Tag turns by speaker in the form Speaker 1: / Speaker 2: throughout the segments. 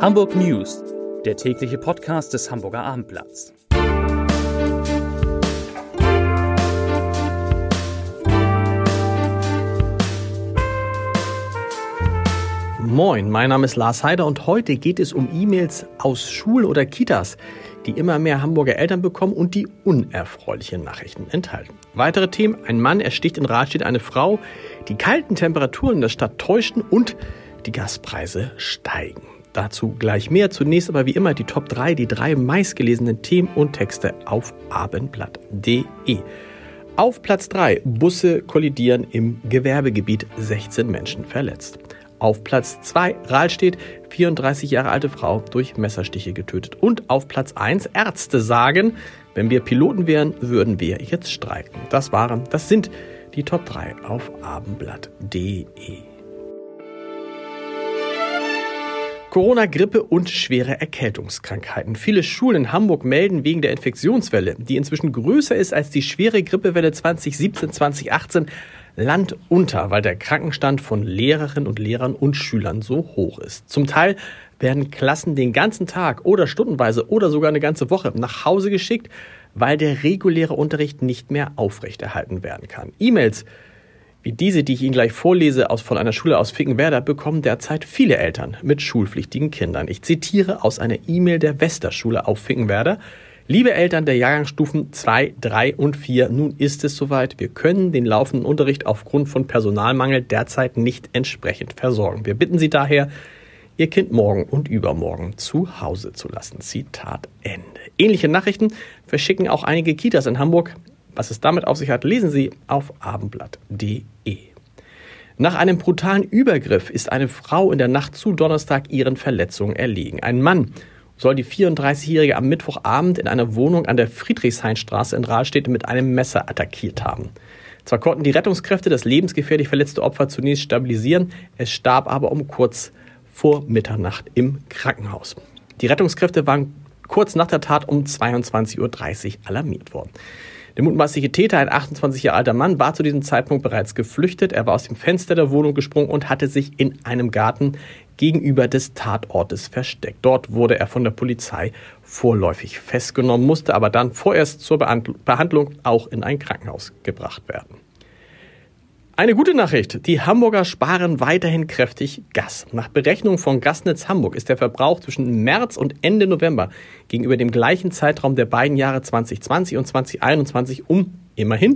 Speaker 1: Hamburg News, der tägliche Podcast des Hamburger Abendblatts.
Speaker 2: Moin, mein Name ist Lars Heider und heute geht es um E-Mails aus Schulen oder Kitas, die immer mehr Hamburger Eltern bekommen und die unerfreuliche Nachrichten enthalten. Weitere Themen: Ein Mann ersticht in Rahlstedt eine Frau, die kalten Temperaturen in der Stadt täuschten und die Gaspreise steigen. Dazu gleich mehr. Zunächst aber wie immer die Top 3, die 3 meistgelesenen Themen und Texte auf abendblatt.de. Auf Platz 3, Busse kollidieren im Gewerbegebiet, 16 Menschen verletzt. Auf Platz 2, Rahlstedt, 34 Jahre alte Frau durch Messerstiche getötet. Und auf Platz 1, Ärzte sagen, wenn wir Piloten wären, würden wir jetzt streiken. Das sind die Top 3 auf abendblatt.de. Corona, Grippe und schwere Erkältungskrankheiten. Viele Schulen in Hamburg melden wegen der Infektionswelle, die inzwischen größer ist als die schwere Grippewelle 2017/2018, Land unter, weil der Krankenstand von Lehrerinnen und Lehrern und Schülern so hoch ist. Zum Teil werden Klassen den ganzen Tag oder stundenweise oder sogar eine ganze Woche nach Hause geschickt, weil der reguläre Unterricht nicht mehr aufrechterhalten werden kann. E-Mails wie diese, die ich Ihnen gleich vorlese, von einer Schule aus Finkenwerder, bekommen derzeit viele Eltern mit schulpflichtigen Kindern. Ich zitiere aus einer E-Mail der Westerschule auf Finkenwerder. Liebe Eltern der Jahrgangsstufen 2, 3 und 4, nun ist es soweit. Wir können den laufenden Unterricht aufgrund von Personalmangel derzeit nicht entsprechend versorgen. Wir bitten Sie daher, Ihr Kind morgen und übermorgen zu Hause zu lassen. Zitat Ende. Ähnliche Nachrichten verschicken auch einige Kitas in Hamburg. Was es damit auf sich hat, lesen Sie auf abendblatt.de. Nach einem brutalen Übergriff ist eine Frau in der Nacht zu Donnerstag ihren Verletzungen erlegen. Ein Mann soll die 34-Jährige am Mittwochabend in einer Wohnung an der Friedrichshainstraße in Rahlstedt mit einem Messer attackiert haben. Zwar konnten die Rettungskräfte das lebensgefährlich verletzte Opfer zunächst stabilisieren, es starb aber um kurz vor Mitternacht im Krankenhaus. Die Rettungskräfte waren kurz nach der Tat um 22:30 Uhr alarmiert worden. Der mutmaßliche Täter, ein 28 Jahre alter Mann, war zu diesem Zeitpunkt bereits geflüchtet. Er war aus dem Fenster der Wohnung gesprungen und hatte sich in einem Garten gegenüber des Tatortes versteckt. Dort wurde er von der Polizei vorläufig festgenommen, musste aber dann vorerst zur Behandlung auch in ein Krankenhaus gebracht werden. Eine gute Nachricht: Die Hamburger sparen weiterhin kräftig Gas. Nach Berechnung von Gasnetz Hamburg ist der Verbrauch zwischen März und Ende November gegenüber dem gleichen Zeitraum der beiden Jahre 2020 und 2021 um immerhin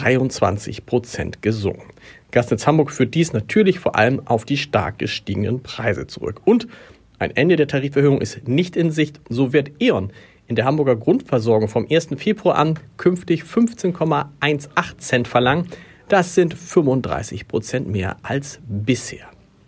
Speaker 2: 23% gesunken. Gasnetz Hamburg führt dies natürlich vor allem auf die stark gestiegenen Preise zurück. Und ein Ende der Tariferhöhung ist nicht in Sicht. So wird E.ON in der Hamburger Grundversorgung vom 1. Februar an künftig 15,18 Cent verlangen. Das sind 35% mehr als bisher.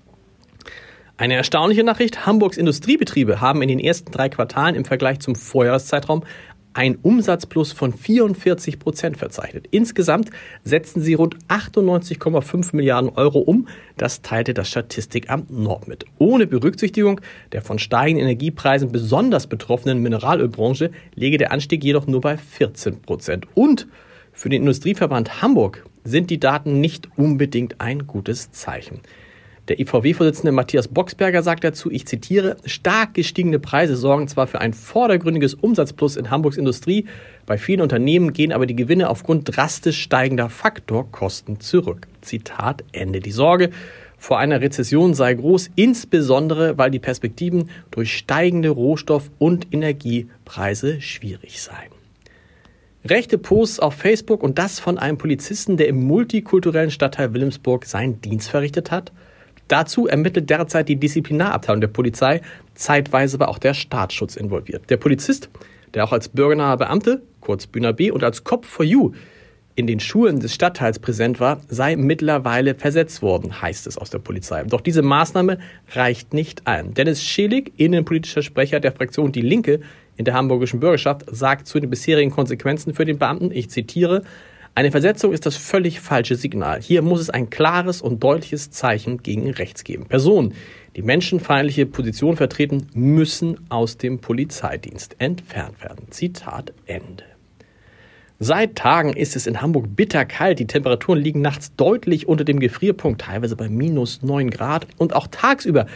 Speaker 2: Eine erstaunliche Nachricht: Hamburgs Industriebetriebe haben in den ersten 3 Quartalen im Vergleich zum Vorjahreszeitraum ein Umsatzplus von 44% verzeichnet. Insgesamt setzten sie rund 98,5 Milliarden Euro um. Das teilte das Statistikamt Nord mit. Ohne Berücksichtigung der von steigenden Energiepreisen besonders betroffenen Mineralölbranche läge der Anstieg jedoch nur bei 14%. Und für den Industrieverband Hamburg sind die Daten nicht unbedingt ein gutes Zeichen. Der IVW-Vorsitzende Matthias Boxberger sagt dazu, ich zitiere: Stark gestiegene Preise sorgen zwar für ein vordergründiges Umsatzplus in Hamburgs Industrie, bei vielen Unternehmen gehen aber die Gewinne aufgrund drastisch steigender Faktorkosten zurück. Zitat Ende. Die Sorge vor einer Rezession sei groß, insbesondere weil die Perspektiven durch steigende Rohstoff- und Energiepreise schwierig seien. Rechte Posts auf Facebook und das von einem Polizisten, der im multikulturellen Stadtteil Wilhelmsburg seinen Dienst verrichtet hat. Dazu ermittelt derzeit die Disziplinarabteilung der Polizei, zeitweise war auch der Staatsschutz involviert. Der Polizist, der auch als bürgernaher Beamte, kurz Bühner B, und als Cop for You in den Schulen des Stadtteils präsent war, sei mittlerweile versetzt worden, heißt es aus der Polizei. Doch diese Maßnahme reicht nicht ein. Dennis Schelig, innenpolitischer Sprecher der Fraktion Die Linke in der hamburgischen Bürgerschaft, sagt zu den bisherigen Konsequenzen für den Beamten, ich zitiere: Eine Versetzung ist das völlig falsche Signal. Hier muss es ein klares und deutliches Zeichen gegen rechts geben. Personen, die menschenfeindliche Position vertreten, müssen aus dem Polizeidienst entfernt werden. Zitat Ende. Seit Tagen ist es in Hamburg bitterkalt. Die Temperaturen liegen nachts deutlich unter dem Gefrierpunkt, teilweise bei -9 Grad. Und auch tagsüber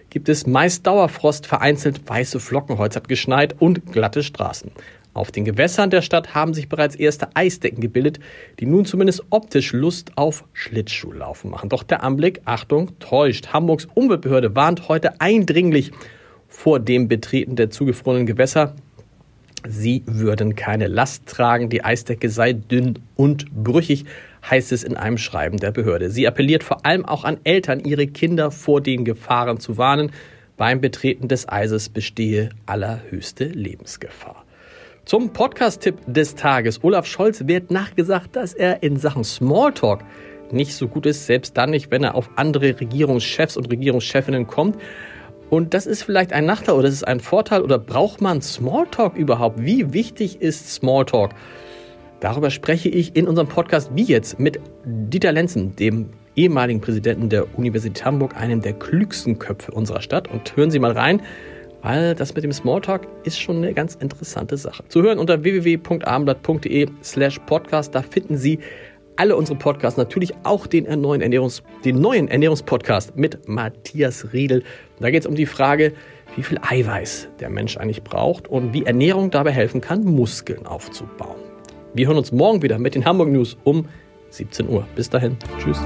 Speaker 2: gibt es meist Dauerfrost, vereinzelt weiße Flocken, heute hat geschneit und glatte Straßen. Auf den Gewässern der Stadt haben sich bereits erste Eisdecken gebildet, die nun zumindest optisch Lust auf Schlittschuhlaufen machen. Doch der Anblick, Achtung, täuscht. Hamburgs Umweltbehörde warnt heute eindringlich vor dem Betreten der zugefrorenen Gewässer. Sie würden keine Last tragen, die Eisdecke sei dünn und brüchig, heißt es in einem Schreiben der Behörde. Sie appelliert vor allem auch an Eltern, ihre Kinder vor den Gefahren zu warnen. Beim Betreten des Eises bestehe allerhöchste Lebensgefahr. Zum Podcast-Tipp des Tages. Olaf Scholz wird nachgesagt, dass er in Sachen Smalltalk nicht so gut ist, selbst dann nicht, wenn er auf andere Regierungschefs und Regierungschefinnen kommt. Und das ist vielleicht ein Nachteil oder das ist ein Vorteil oder braucht man Smalltalk überhaupt? Wie wichtig ist Smalltalk? Darüber spreche ich in unserem Podcast wie jetzt mit Dieter Lenzen, dem ehemaligen Präsidenten der Universität Hamburg, einem der klügsten Köpfe unserer Stadt. Und hören Sie mal rein, weil das mit dem Smalltalk ist schon eine ganz interessante Sache. Zu hören unter www.abendblatt.de/podcast. Da finden Sie alle unsere Podcasts, natürlich auch den neuen Ernährungspodcast mit Matthias Riedel. Da geht es um die Frage, wie viel Eiweiß der Mensch eigentlich braucht und wie Ernährung dabei helfen kann, Muskeln aufzubauen. Wir hören uns morgen wieder mit den Hamburg News um 17 Uhr. Bis dahin. Tschüss.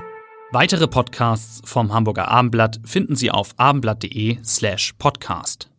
Speaker 1: Weitere Podcasts vom Hamburger Abendblatt finden Sie auf abendblatt.de/podcast.